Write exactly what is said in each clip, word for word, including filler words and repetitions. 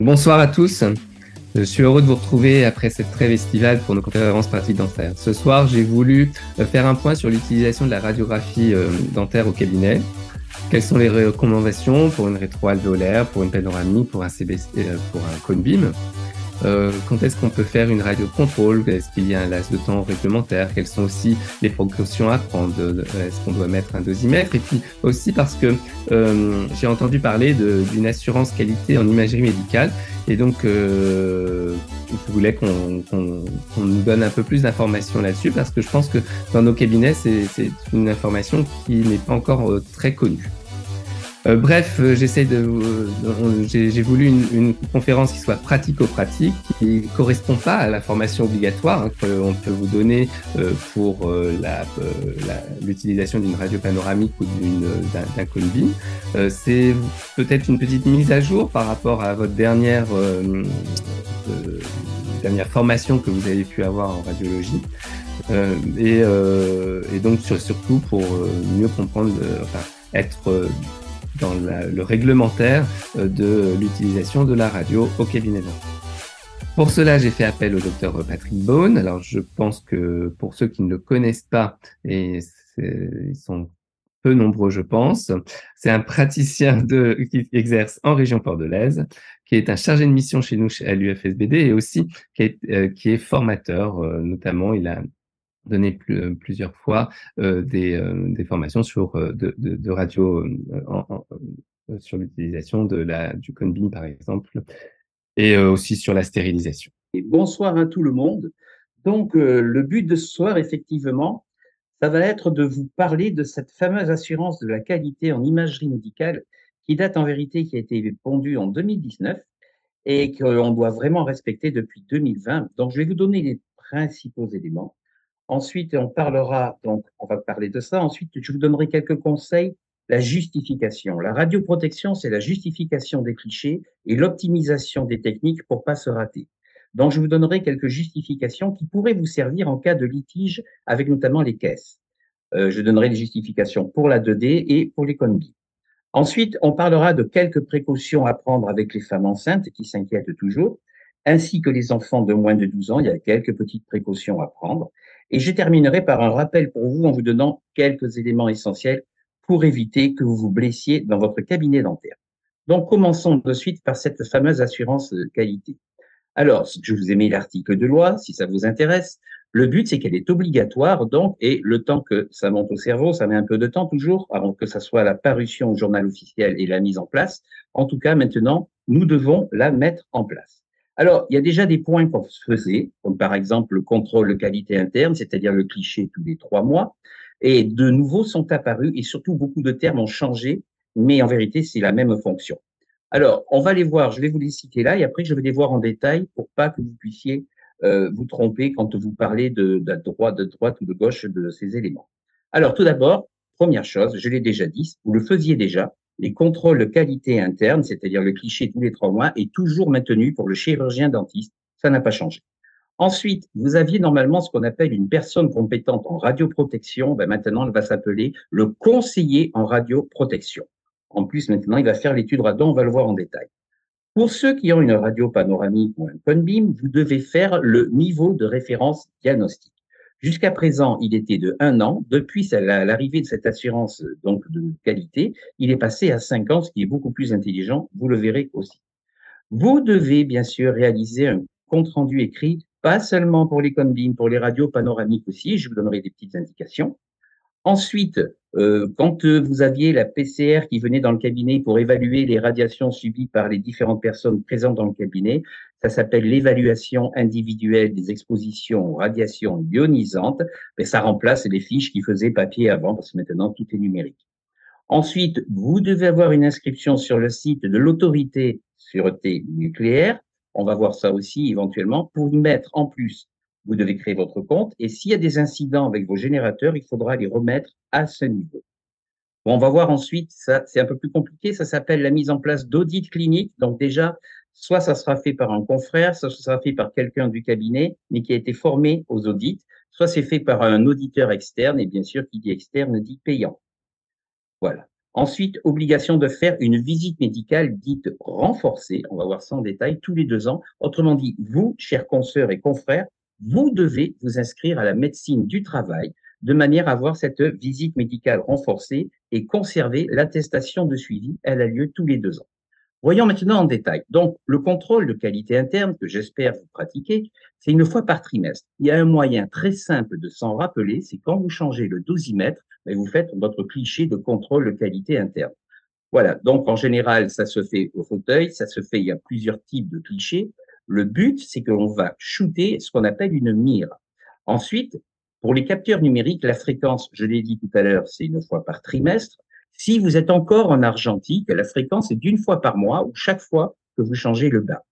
Bonsoir à tous, je suis heureux de vous retrouver après cette trêve estivale pour nos conférences pratiques dentaires. Ce soir, j'ai voulu faire un point sur l'utilisation de la radiographie dentaire au cabinet. Quelles sont les recommandations pour une rétroalvéolaire, pour une panoramique, pour un C B C, pour un cone beam? Euh, quand est-ce qu'on peut faire une radio contrôle? Est-ce qu'il y a un laps de temps réglementaire? Quelles sont aussi les précautions à prendre? Est-ce qu'on doit mettre un dosimètre? Et puis aussi parce que euh, j'ai entendu parler d'une assurance qualité en imagerie médicale et donc euh, je voulais qu'on qu'on, qu'on nous donne un peu plus d'informations là-dessus parce que je pense que dans nos cabinets, c'est une information qui n'est pas encore euh, très connue. Euh, bref, euh, j'essaie de, euh, j'ai voulu une, une conférence qui soit pratico-pratique, qui ne correspond pas à la formation obligatoire hein, qu'on peut vous donner euh, pour euh, l'utilisation d'une radio panoramique ou d'un cone beam. Euh, C'est peut-être une petite mise à jour par rapport à votre dernière, euh, euh, dernière formation que vous avez pu avoir en radiologie. Euh, et, euh, et donc sur, surtout pour euh, mieux comprendre, euh, enfin, être euh, dans la, le réglementaire de l'utilisation de la radio au cabinet dentaire. Pour cela, j'ai fait appel au docteur Patrick Beaune. Alors, je pense que pour ceux qui ne le connaissent pas, et ils sont peu nombreux, je pense, c'est un praticien de, qui exerce en région bordelaise, qui est un chargé de mission chez nous à l'U F S B D et aussi qui est, euh, qui est formateur, euh, notamment il a donné plus, plusieurs fois euh, des, euh, des formations sur euh, de, de, de radio euh, en, en, euh, sur l'utilisation de la du cone beam par exemple et euh, aussi sur la stérilisation. Et bonsoir à tout le monde. Donc euh, le but de ce soir, effectivement, ça va être de vous parler de cette fameuse assurance de la qualité en imagerie médicale qui date en vérité, qui a été pondue en deux mille dix-neuf et qu'on doit vraiment respecter depuis deux mille vingt. Donc je vais vous donner les principaux éléments. Ensuite, on parlera, donc on va parler de ça. Ensuite, je vous donnerai quelques conseils. La justification. La radioprotection, c'est la justification des clichés et l'optimisation des techniques pour pas se rater. Donc, je vous donnerai quelques justifications qui pourraient vous servir en cas de litige avec notamment les caisses. Euh, je donnerai les justifications pour la deux D et pour les cone beam. Ensuite, on parlera de quelques précautions à prendre avec les femmes enceintes qui s'inquiètent toujours, ainsi que les enfants de moins de douze ans. Il y a quelques petites précautions à prendre. Et je terminerai par un rappel pour vous en vous donnant quelques éléments essentiels pour éviter que vous vous blessiez dans votre cabinet dentaire. Donc, commençons de suite par cette fameuse assurance qualité. Alors, je vous ai mis l'article de loi, si ça vous intéresse. Le but, c'est qu'elle est obligatoire, donc, et le temps que ça monte au cerveau, ça met un peu de temps toujours, avant que ça soit la parution au journal officiel et la mise en place. En tout cas, maintenant, nous devons la mettre en place. Alors, il y a déjà des points qu'on faisait, comme par exemple le contrôle de qualité interne, c'est-à-dire le cliché tous les trois mois, et de nouveaux sont apparus, et surtout beaucoup de termes ont changé, mais en vérité, c'est la même fonction. Alors, on va les voir, je vais vous les citer là, et après, je vais les voir en détail pour pas que vous puissiez euh, vous tromper quand vous parlez de, de, droite, de droite ou de gauche de ces éléments. Alors, tout d'abord, première chose, je l'ai déjà dit, vous le faisiez déjà, les contrôles de qualité interne, c'est-à-dire le cliché tous les trois mois, est toujours maintenu pour le chirurgien dentiste. Ça n'a pas changé. Ensuite, vous aviez normalement ce qu'on appelle une personne compétente en radioprotection. Ben maintenant, elle va s'appeler le conseiller en radioprotection. En plus, maintenant, il va faire l'étude radon, on va le voir en détail. Pour ceux qui ont une radio panoramique ou un cone beam, vous devez faire le niveau de référence diagnostique. Jusqu'à présent, il était de un an. Depuis l'arrivée de cette assurance donc de qualité, il est passé à cinq ans, ce qui est beaucoup plus intelligent. Vous le verrez aussi. Vous devez bien sûr réaliser un compte-rendu écrit, pas seulement pour les cone beam, pour les radios panoramiques aussi. Je vous donnerai des petites indications. Ensuite, euh, quand euh, vous aviez la P C R qui venait dans le cabinet pour évaluer les radiations subies par les différentes personnes présentes dans le cabinet, ça s'appelle l'évaluation individuelle des expositions aux radiations ionisantes. Mais ça remplace les fiches qui faisaient papier avant parce que maintenant tout est numérique. Ensuite, vous devez avoir une inscription sur le site de l'autorité sûreté nucléaire. On va voir ça aussi éventuellement pour y mettre en plus. Vous devez créer votre compte et s'il y a des incidents avec vos générateurs, il faudra les remettre à ce niveau. Bon, on va voir ensuite, ça c'est un peu plus compliqué, ça s'appelle la mise en place d'audits cliniques. Donc déjà, soit ça sera fait par un confrère, soit ça sera fait par quelqu'un du cabinet, mais qui a été formé aux audits, soit c'est fait par un auditeur externe, et bien sûr, qui dit externe dit payant. Voilà. Ensuite, obligation de faire une visite médicale dite renforcée, on va voir ça en détail, tous les deux ans. Autrement dit, vous, chers consoeurs et confrères, vous devez vous inscrire à la médecine du travail de manière à avoir cette visite médicale renforcée et conserver l'attestation de suivi. Elle a lieu tous les deux ans. Voyons maintenant en détail. Donc, le contrôle de qualité interne, que j'espère vous pratiquez, c'est une fois par trimestre. Il y a un moyen très simple de s'en rappeler, c'est quand vous changez le dosimètre, mais vous faites votre cliché de contrôle de qualité interne. Voilà, donc en général, ça se fait au fauteuil, ça se fait, il y a plusieurs types de clichés. Le but, c'est qu'on va shooter ce qu'on appelle une mire. Ensuite, pour les capteurs numériques, la fréquence, je l'ai dit tout à l'heure, c'est une fois par trimestre. Si vous êtes encore en argentique, la fréquence est d'une fois par mois ou chaque fois que vous changez le bain.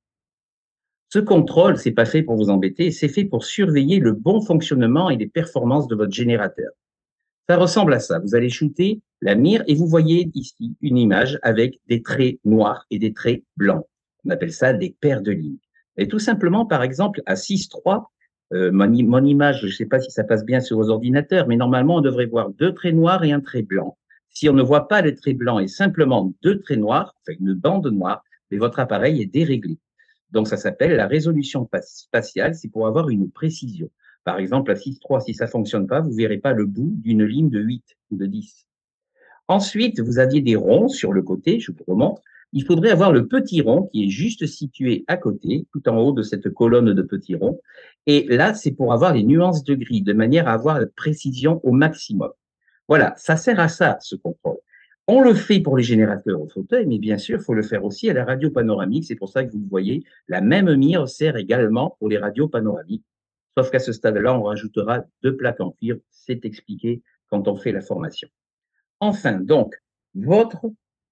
Ce contrôle, c'est pas fait pour vous embêter, c'est fait pour surveiller le bon fonctionnement et les performances de votre générateur. Ça ressemble à ça. Vous allez shooter la mire et vous voyez ici une image avec des traits noirs et des traits blancs. On appelle ça des paires de lignes. Et tout simplement, par exemple, à six trois, euh, mon, mon image, je ne sais pas si ça passe bien sur vos ordinateurs, mais normalement, on devrait voir deux traits noirs et un trait blanc. Si on ne voit pas les traits blancs et simplement deux traits noirs, enfin une bande noire, mais votre appareil est déréglé. Donc, ça s'appelle la résolution spatiale, c'est pour avoir une précision. Par exemple, à six trois, si ça ne fonctionne pas, vous ne verrez pas le bout d'une ligne de huit ou de dix. Ensuite, vous aviez des ronds sur le côté, je vous remontre. Il faudrait avoir le petit rond qui est juste situé à côté, tout en haut de cette colonne de petits ronds. Et là, c'est pour avoir les nuances de gris, de manière à avoir la précision au maximum. Voilà, ça sert à ça, ce contrôle. On le fait pour les générateurs au fauteuil, mais bien sûr, il faut le faire aussi à la radio panoramique. C'est pour ça que vous le voyez, la même mire sert également pour les radios panoramiques. Sauf qu'à ce stade-là, on rajoutera deux plaques en cuivre. C'est expliqué quand on fait la formation. Enfin, donc, votre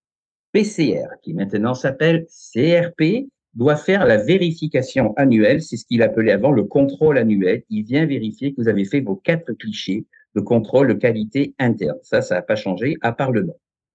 P C R, qui maintenant s'appelle C R P, doit faire la vérification annuelle. C'est ce qu'il appelait avant le contrôle annuel. Il vient vérifier que vous avez fait vos quatre clichés de contrôle de qualité interne. Ça, ça n'a pas changé, à part le nom.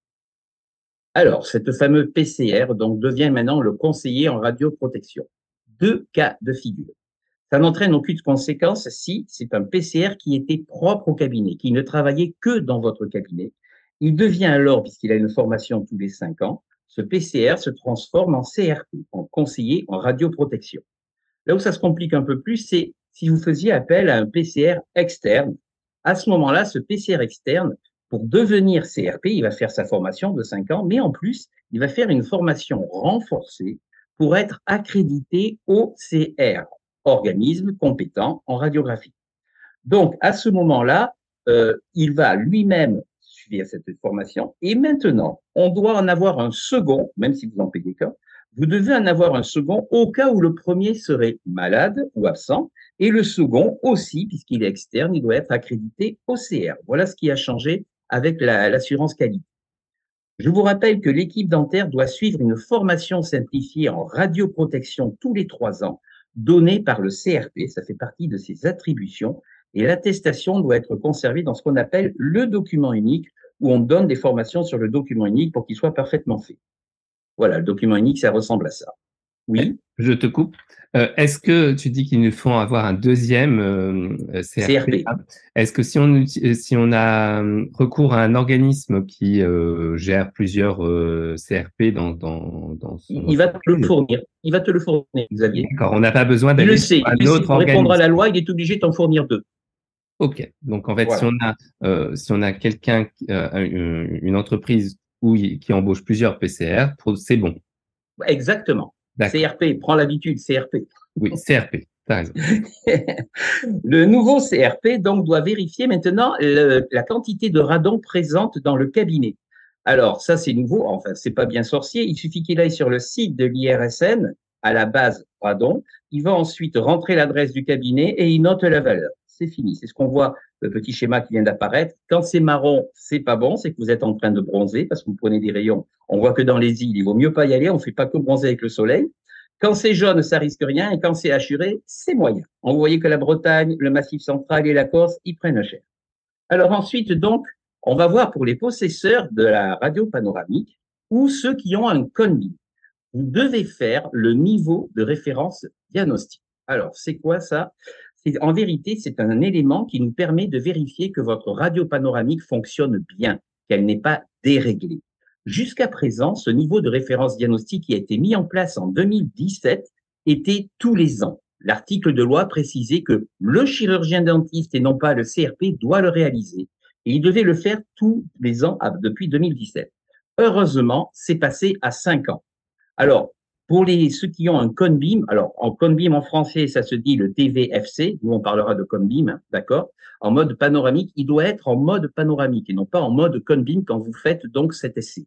Alors, cette fameuse P C R donc, devient maintenant le conseiller en radioprotection. Deux cas de figure. Ça n'entraîne aucune conséquence si c'est un P C R qui était propre au cabinet, qui ne travaillait que dans votre cabinet. Il devient alors, puisqu'il a une formation tous les cinq ans, ce P C R se transforme en C R P, en conseiller en radioprotection. Là où ça se complique un peu plus, c'est si vous faisiez appel à un P C R externe. À ce moment-là, ce P C R externe, pour devenir C R P, il va faire sa formation de cinq ans, mais en plus, il va faire une formation renforcée pour être accrédité au C R, organisme compétent en radiographie. Donc, à ce moment-là, euh, il va lui-même suivre cette formation et maintenant, on doit en avoir un second, même si vous en payez qu'un, vous devez en avoir un second au cas où le premier serait malade ou absent et le second aussi, puisqu'il est externe, il doit être accrédité au C R. Voilà ce qui a changé avec la, l'assurance qualité. Je vous rappelle que l'équipe dentaire doit suivre une formation simplifiée en radioprotection tous les trois ans, donnée par le C R P, ça fait partie de ses attributions, et l'attestation doit être conservée dans ce qu'on appelle le document unique, où on donne des formations sur le document unique pour qu'il soit parfaitement fait. Voilà, le document unique, ça ressemble à ça. Oui. Je te coupe. Euh, est-ce que tu dis qu'il nous faut avoir un deuxième euh, C R P, C R P. Est-ce que si on, si on a recours à un organisme qui euh, gère plusieurs euh, C R P dans, dans, dans son il va te le fournir. Il va te le fournir, Xavier. D'accord, on n'a pas besoin d'aller à un autre organisme. Pour répondre à la loi, il est obligé de t'en fournir deux. Ok, donc en fait, voilà. si on a euh, si on a quelqu'un, euh, une entreprise où il, qui embauche plusieurs P C R, c'est bon. Exactement. C R P, prends l'habitude, C R P. Oui, C R P, t'as raison. Le nouveau C R P, donc, doit vérifier maintenant le, la quantité de radon présente dans le cabinet. Alors, ça, c'est nouveau. Enfin, c'est pas bien sorcier. Il suffit qu'il aille sur le site de l'I R S N, à la base radon. Il va ensuite rentrer l'adresse du cabinet et il note la valeur. C'est fini. C'est ce qu'on voit, le petit schéma qui vient d'apparaître. Quand c'est marron, c'est pas bon, c'est que vous êtes en train de bronzer parce que vous prenez des rayons. On voit que dans les îles, il vaut mieux pas y aller, on fait pas que bronzer avec le soleil. Quand c'est jaune, ça risque rien, et quand c'est hachuré, c'est moyen. On voyait que la Bretagne, le Massif central et la Corse, ils prennent cher. Alors ensuite, donc, on va voir pour les possesseurs de la radio panoramique ou ceux qui ont un combi. Vous devez faire le niveau de référence diagnostique. Alors, c'est quoi ça? En vérité, c'est un élément qui nous permet de vérifier que votre radio panoramique fonctionne bien. qu'elle n'est pas déréglée. Jusqu'à présent, ce niveau de référence diagnostique qui a été mis en place en deux mille dix-sept était tous les ans. L'article de loi précisait que le chirurgien dentiste et non pas le C R P doit le réaliser. Et il devait le faire tous les ans depuis deux mille dix-sept. Heureusement, c'est passé à cinq ans. Alors, pour les, ceux qui ont un CONBIM, alors en CONBIM en français, ça se dit le T V F C, nous on parlera de CONBIM, hein, d'accord? En mode panoramique, il doit être en mode panoramique et non pas en mode CONBIM quand vous faites donc cet essai.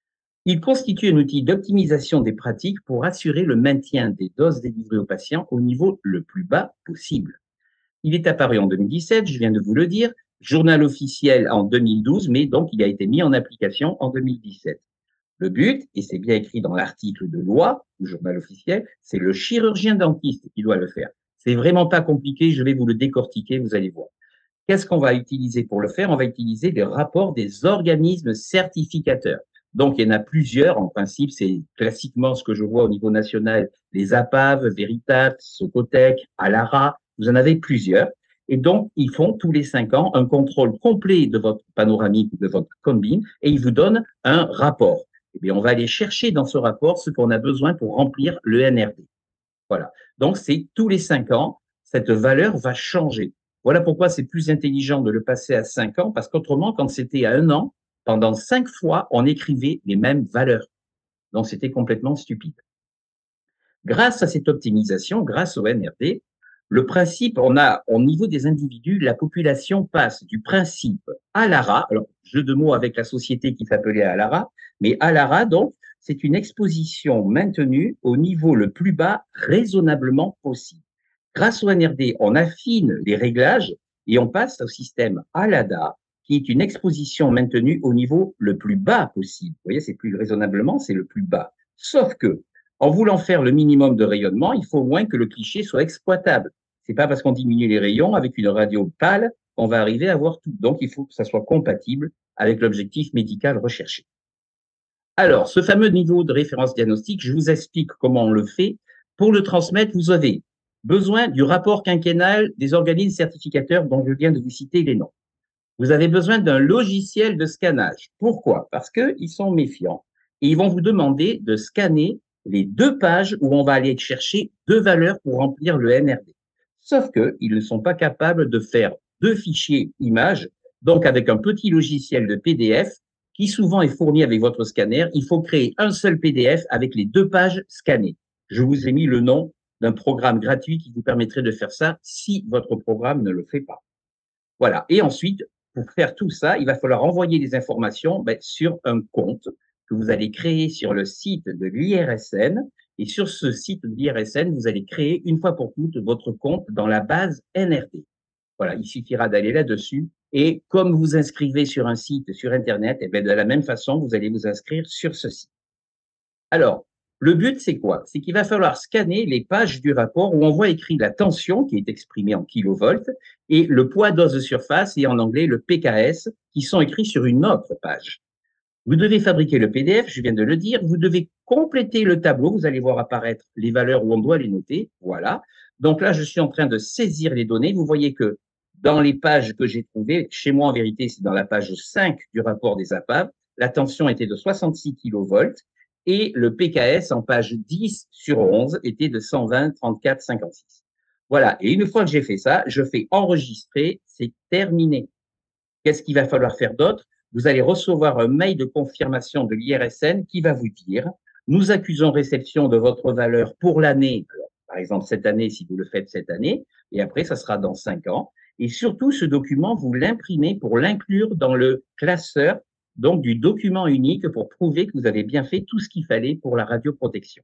Il constitue un outil d'optimisation des pratiques pour assurer le maintien des doses délivrées aux patients au niveau le plus bas possible. Il est apparu en deux mille dix-sept, je viens de vous le dire, journal officiel en deux mille douze, mais donc il a été mis en application en deux mille dix-sept. Le but, et c'est bien écrit dans l'article de loi du journal officiel, c'est le chirurgien dentiste qui doit le faire. C'est vraiment pas compliqué, je vais vous le décortiquer, vous allez voir. Qu'est-ce qu'on va utiliser pour le faire? On va utiliser les rapports des organismes certificateurs. Donc, il y en a plusieurs. En principe, c'est classiquement ce que je vois au niveau national, les A P A V, Veritas, Socotec, Alara. Vous en avez plusieurs. Et donc, ils font tous les cinq ans un contrôle complet de votre panoramique, de votre CONBIM, et ils vous donnent un rapport. Eh bien, on va aller chercher dans ce rapport ce qu'on a besoin pour remplir le N R D. Voilà. Donc, c'est tous les cinq ans, cette valeur va changer. Voilà pourquoi c'est plus intelligent de le passer à cinq ans, parce qu'autrement, quand c'était à un an, pendant cinq fois, on écrivait les mêmes valeurs. Donc, c'était complètement stupide. Grâce à cette optimisation, grâce au N R D, le principe, on a, au niveau des individus, la population passe du principe ALARA, alors, jeu de mots avec la société qui s'appelait ALARA, mais ALARA, donc, c'est une exposition maintenue au niveau le plus bas raisonnablement possible. Grâce au N R D, on affine les réglages et on passe au système ALADA, qui est une exposition maintenue au niveau le plus bas possible. Vous voyez, c'est plus raisonnablement, c'est le plus bas. Sauf que, en voulant faire le minimum de rayonnement, il faut au moins que le cliché soit exploitable. C'est pas parce qu'on diminue les rayons avec une radio pâle qu'on va arriver à voir tout. Donc, il faut que ça soit compatible avec l'objectif médical recherché. Alors, ce fameux niveau de référence diagnostique, je vous explique comment on le fait. Pour le transmettre, vous avez besoin du rapport quinquennal des organismes certificateurs dont je viens de vous citer les noms. Vous avez besoin d'un logiciel de scannage. Pourquoi? Parce qu'ils sont méfiants et ils vont vous demander de scanner les deux pages où on va aller chercher deux valeurs pour remplir le N R D. Sauf qu'ils ne sont pas capables de faire deux fichiers images, donc avec un petit logiciel de P D F qui souvent est fourni avec votre scanner, il faut créer un seul P D F avec les deux pages scannées. Je vous ai mis le nom d'un programme gratuit qui vous permettrait de faire ça si votre programme ne le fait pas. Voilà. Et ensuite, pour faire tout ça, il va falloir envoyer les informations ben, sur un compte que vous allez créer sur le site de l'I R S N. Et sur ce site de l'I R S N, vous allez créer une fois pour toutes votre compte dans la base N R D. Voilà, il suffira d'aller là-dessus. Et comme vous inscrivez sur un site, sur Internet, et bien de la même façon, vous allez vous inscrire sur ce site. Alors, le but, c'est quoi? C'est qu'il va falloir scanner les pages du rapport où on voit écrit la tension, qui est exprimée en kilovolts, et le poids d'os de surface, et en anglais le P K S, qui sont écrits sur une autre page. Vous devez fabriquer le P D F, je viens de le dire, vous devez compléter le tableau, vous allez voir apparaître les valeurs où on doit les noter, voilà. Donc là, je suis en train de saisir les données, vous voyez que dans les pages que j'ai trouvées, chez moi en vérité, c'est dans la page cinq du rapport des A P A V, la tension était de soixante-six kilovolts, et le P K S en page dix sur onze était de cent vingt, trente-quatre, cinquante-six. Voilà, et une fois que j'ai fait ça, je fais enregistrer, c'est terminé. Qu'est-ce qu'il va falloir faire d'autre? Vous allez recevoir un mail de confirmation de l'I R S N qui va vous dire « Nous accusons réception de votre valeur pour l'année, par exemple cette année si vous le faites cette année, et après ça sera dans cinq ans. Et surtout, ce document, vous l'imprimez pour l'inclure dans le classeur donc du document unique pour prouver que vous avez bien fait tout ce qu'il fallait pour la radioprotection.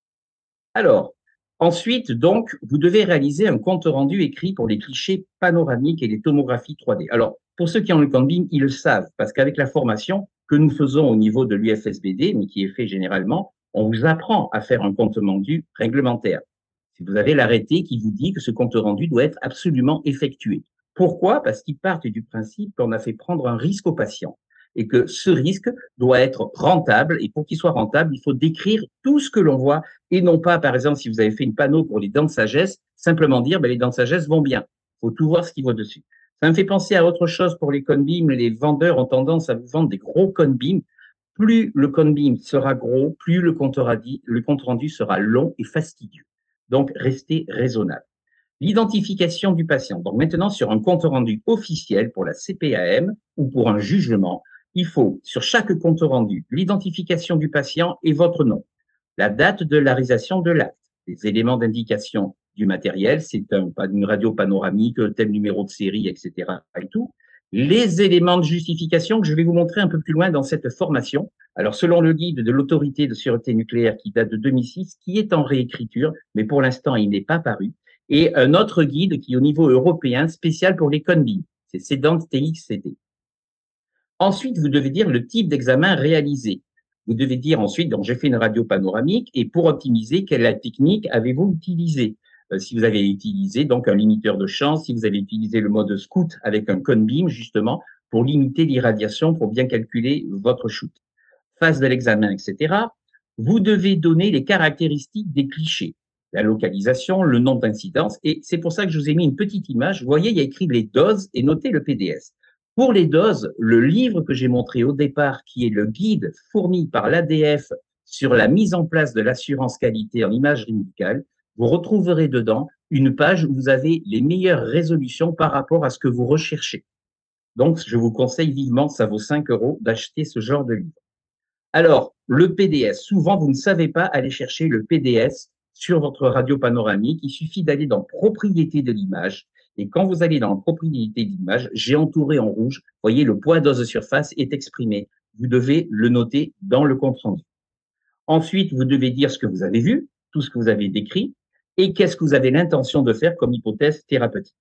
Alors, ensuite, donc, vous devez réaliser un compte rendu écrit pour les clichés panoramiques et les tomographies trois D. Alors, pour ceux qui ont le CONBIM, ils le savent, parce qu'avec la formation que nous faisons au niveau de l'U F S B D, mais qui est fait généralement, on vous apprend à faire un compte rendu réglementaire. Si vous avez l'arrêté qui vous dit que ce compte rendu doit être absolument effectué. Pourquoi? Parce qu'ils partent du principe qu'on a fait prendre un risque au patient et que ce risque doit être rentable. Et pour qu'il soit rentable, il faut décrire tout ce que l'on voit et non pas, par exemple, si vous avez fait une panneau pour les dents de sagesse, simplement dire ben, les dents de sagesse vont bien. Il faut tout voir ce qui va dessus. Ça me fait penser à autre chose pour les Conbeam. Les vendeurs ont tendance à vous vendre des gros Conbeam. Plus le Conbeam sera gros, plus le compte rendu, le compte rendu sera long et fastidieux. Donc, restez raisonnable. L'identification du patient. Donc maintenant, sur un compte rendu officiel pour la C P A M ou pour un jugement, il faut, sur chaque compte rendu, l'identification du patient et votre nom, la date de la réalisation de l'acte, les éléments d'indication du matériel, c'est un, une radio panoramique, tel numéro de série, et cetera et tout. Les éléments de justification que je vais vous montrer un peu plus loin dans cette formation. Alors, selon le guide de l'autorité de sûreté nucléaire qui date de deux mille six, qui est en réécriture, mais pour l'instant, il n'est pas paru, et un autre guide qui est au niveau européen, spécial pour les Conbeam, c'est CEDANT T X C D. Ensuite, vous devez dire le type d'examen réalisé. Vous devez dire ensuite, donc j'ai fait une radio panoramique, et pour optimiser, quelle technique avez-vous utilisée? Euh, si vous avez utilisé donc un limiteur de champ, si vous avez utilisé le mode scout avec un Conbeam, justement, pour limiter l'irradiation, pour bien calculer votre shoot. Phase de l'examen, et cetera. Vous devez donner les caractéristiques des clichés, la localisation, le nombre d'incidences, et c'est pour ça que je vous ai mis une petite image. Vous voyez, il y a écrit les doses et noté le P D S. Pour les doses, le livre que j'ai montré au départ, qui est le guide fourni par l'A D F sur la mise en place de l'assurance qualité en imagerie médicale, vous retrouverez dedans une page où vous avez les meilleures résolutions par rapport à ce que vous recherchez. Donc, je vous conseille vivement, ça vaut cinq euros, d'acheter ce genre de livre. Alors, le P D S, souvent, vous ne savez pas aller chercher le P D S sur votre radio panoramique. Il suffit d'aller dans propriété de l'image. Et quand vous allez dans propriété de l'image, j'ai entouré en rouge, vous voyez, le poids dose de surface est exprimé. Vous devez le noter dans le compte rendu. Ensuite, vous devez dire ce que vous avez vu, tout ce que vous avez décrit, et qu'est-ce que vous avez l'intention de faire comme hypothèse thérapeutique.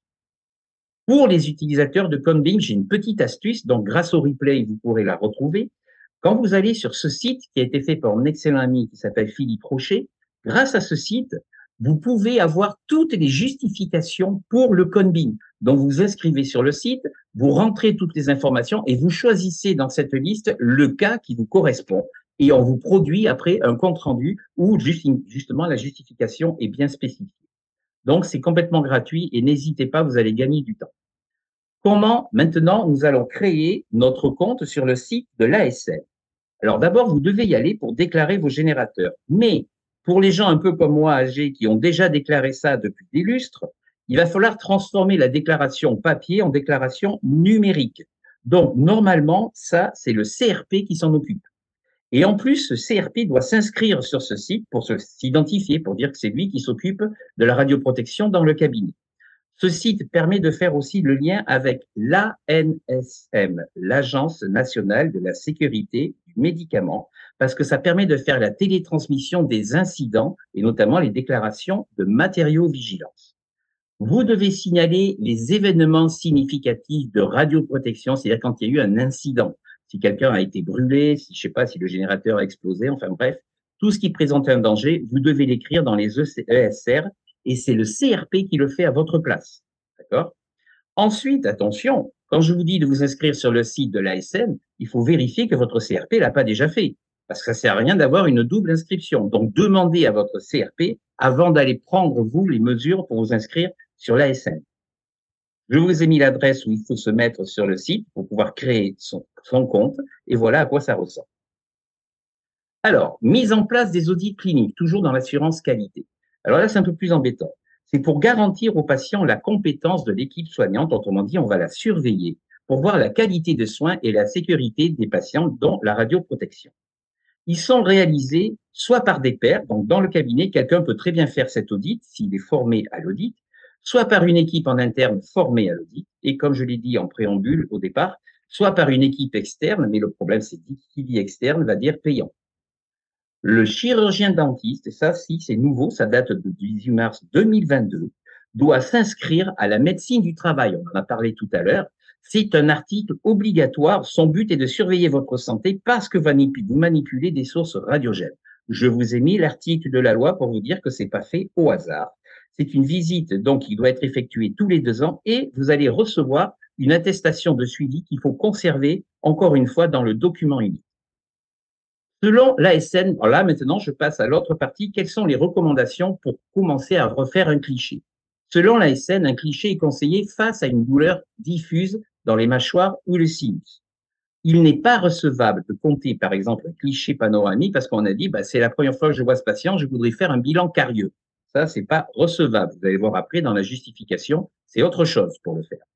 Pour les utilisateurs de Conbeam, j'ai une petite astuce, donc grâce au replay, vous pourrez la retrouver. Quand vous allez sur ce site qui a été fait par mon excellent ami qui s'appelle Philippe Rocher, grâce à ce site, vous pouvez avoir toutes les justifications pour le Conbeam. Donc, vous vous inscrivez sur le site, vous rentrez toutes les informations et vous choisissez dans cette liste le cas qui vous correspond. Et on vous produit après un compte rendu où justement la justification est bien spécifiée. Donc, c'est complètement gratuit et n'hésitez pas, vous allez gagner du temps. Comment, maintenant, nous allons créer notre compte sur le site de l'A S N? Alors, d'abord, vous devez y aller pour déclarer vos générateurs. Mais, pour les gens un peu comme moi, âgés, qui ont déjà déclaré ça depuis des lustres, il va falloir transformer la déclaration papier en déclaration numérique. Donc, normalement, ça, c'est le C R P qui s'en occupe. Et en plus, ce C R P doit s'inscrire sur ce site pour s'identifier, pour dire que c'est lui qui s'occupe de la radioprotection dans le cabinet. Ce site permet de faire aussi le lien avec l'A N S M, l'Agence nationale de la sécurité du médicament, parce que ça permet de faire la télétransmission des incidents et notamment les déclarations de matériaux-vigilance. Vous devez signaler les événements significatifs de radioprotection, c'est-à-dire quand il y a eu un incident, si quelqu'un a été brûlé, si, je ne sais pas, si le générateur a explosé, enfin bref, tout ce qui présente un danger, vous devez l'écrire dans les E S R et c'est le C R P qui le fait à votre place. D'accord? Ensuite, attention, quand je vous dis de vous inscrire sur le site de l'A S N, il faut vérifier que votre C R P ne l'a pas déjà fait, parce que ça ne sert à rien d'avoir une double inscription. Donc, demandez à votre C R P avant d'aller prendre, vous, les mesures pour vous inscrire sur l'A S N. Je vous ai mis l'adresse où il faut se mettre sur le site pour pouvoir créer son, son compte, et voilà à quoi ça ressemble. Alors, mise en place des audits cliniques, toujours dans l'assurance qualité. Alors là, c'est un peu plus embêtant. C'est pour garantir aux patients la compétence de l'équipe soignante, autrement dit, on va la surveiller pour voir la qualité de soins et la sécurité des patients, dont la radioprotection. Ils sont réalisés soit par des pairs, donc dans le cabinet, quelqu'un peut très bien faire cet audit s'il est formé à l'audit, soit par une équipe en interne formée à l'audit, et comme je l'ai dit en préambule au départ, soit par une équipe externe, mais le problème c'est qui dit externe va dire payant. Le chirurgien dentiste, et ça, si c'est nouveau, ça date du dix-huit mars deux mille vingt-deux, doit s'inscrire à la médecine du travail. On en a parlé tout à l'heure. C'est un article obligatoire. Son but est de surveiller votre santé parce que vous manipulez des sources radiogènes. Je vous ai mis l'article de la loi pour vous dire que c'est pas fait au hasard. C'est une visite donc qui doit être effectuée tous les deux ans et vous allez recevoir une attestation de suivi qu'il faut conserver encore une fois dans le document unique. Selon l'A S N, là maintenant je passe à l'autre partie, quelles sont les recommandations pour commencer à refaire un cliché? Selon l'A S N, un cliché est conseillé face à une douleur diffuse dans les mâchoires ou le sinus. Il n'est pas recevable de compter, par exemple, un cliché panoramique parce qu'on a dit, bah, c'est la première fois que je vois ce patient, je voudrais faire un bilan carieux. Ça, c'est pas recevable. Vous allez voir après dans la justification, c'est autre chose pour le faire.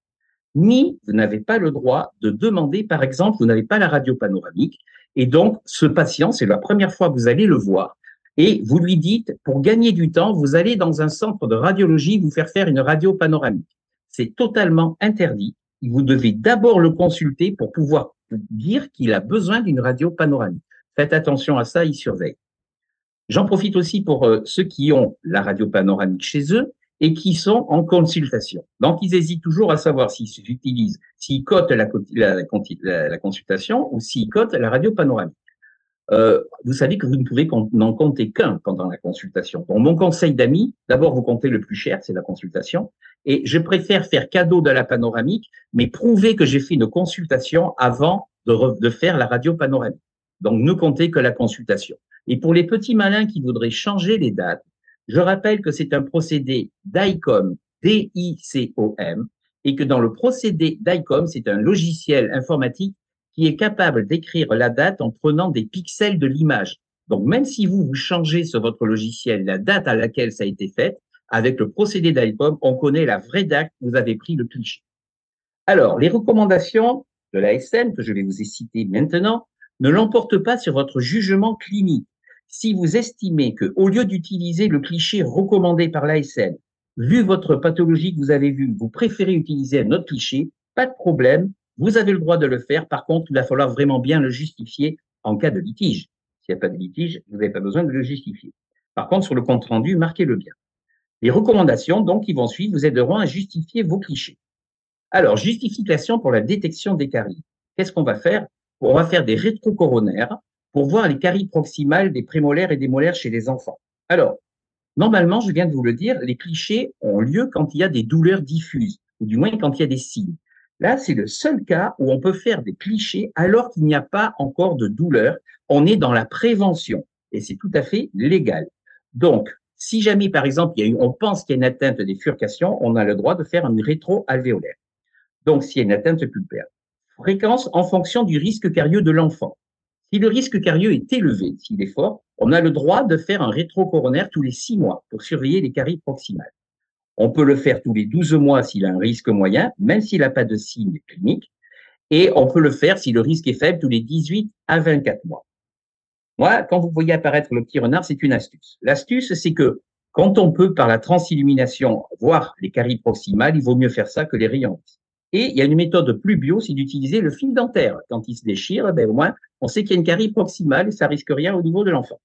Ni vous n'avez pas le droit de demander, par exemple, vous n'avez pas la radio panoramique, et donc ce patient, c'est la première fois que vous allez le voir, et vous lui dites, pour gagner du temps, vous allez dans un centre de radiologie vous faire faire une radio panoramique. C'est totalement interdit. Vous devez d'abord le consulter pour pouvoir dire qu'il a besoin d'une radio panoramique. Faites attention à ça, il surveille. J'en profite aussi pour euh, ceux qui ont la radio panoramique chez eux et qui sont en consultation. Donc, ils hésitent toujours à savoir s'ils utilisent, s'ils cotent la, la, la, la consultation ou s'ils cotent la radio panoramique. Euh, vous savez que vous ne pouvez n'en compter qu'un pendant la consultation. Donc, mon conseil d'amis, d'abord, vous comptez le plus cher, c'est la consultation. Et je préfère faire cadeau de la panoramique, mais prouver que j'ai fait une consultation avant de, de faire la radio panoramique. Donc, ne comptez que la consultation. Et pour les petits malins qui voudraient changer les dates, je rappelle que c'est un procédé d'I C O M, D I C O M, et que dans le procédé d'I C O M, c'est un logiciel informatique qui est capable d'écrire la date en prenant des pixels de l'image. Donc, même si vous, vous changez sur votre logiciel la date à laquelle ça a été fait, avec le procédé d'I C O M, on connaît la vraie date que vous avez pris le cliché. Alors, les recommandations de l'A S N, que je vais vous citer maintenant, ne l'emportent pas sur votre jugement clinique. Si vous estimez que, au lieu d'utiliser le cliché recommandé par l'A S N, vu votre pathologie que vous avez vue, vous préférez utiliser un autre cliché, pas de problème, vous avez le droit de le faire. Par contre, il va falloir vraiment bien le justifier en cas de litige. S'il n'y a pas de litige, vous n'avez pas besoin de le justifier. Par contre, sur le compte rendu, marquez-le bien. Les recommandations, donc, qui vont suivre, vous aideront à justifier vos clichés. Alors, justification pour la détection des caries. Qu'est-ce qu'on va faire? On va faire des rétrocoronaires pour voir les caries proximales des prémolaires et des molaires chez les enfants. Alors, normalement, je viens de vous le dire, les clichés ont lieu quand il y a des douleurs diffuses, ou du moins quand il y a des signes. Là, c'est le seul cas où on peut faire des clichés alors qu'il n'y a pas encore de douleur. On est dans la prévention et c'est tout à fait légal. Donc, si jamais, par exemple, il y a une, on pense qu'il y a une atteinte des furcations, on a le droit de faire une rétro-alvéolaire. Donc, s'il y a une atteinte pulpaire. Fréquence en fonction du risque carieux de l'enfant. Si le risque carieux est élevé, s'il est fort, on a le droit de faire un rétrocoronaire tous les six mois pour surveiller les caries proximales. On peut le faire tous les douze mois s'il a un risque moyen, même s'il n'a pas de signe clinique. Et on peut le faire si le risque est faible tous les dix-huit à vingt-quatre mois. Moi, quand vous voyez apparaître le petit renard, c'est une astuce. L'astuce, c'est que quand on peut, par la transillumination, voir les caries proximales, il vaut mieux faire ça que les rayons X. Et il y a une méthode plus bio, c'est d'utiliser le fil dentaire. Quand il se déchire, ben, au moins, on sait qu'il y a une carie proximale et ça risque rien au niveau de l'enfant.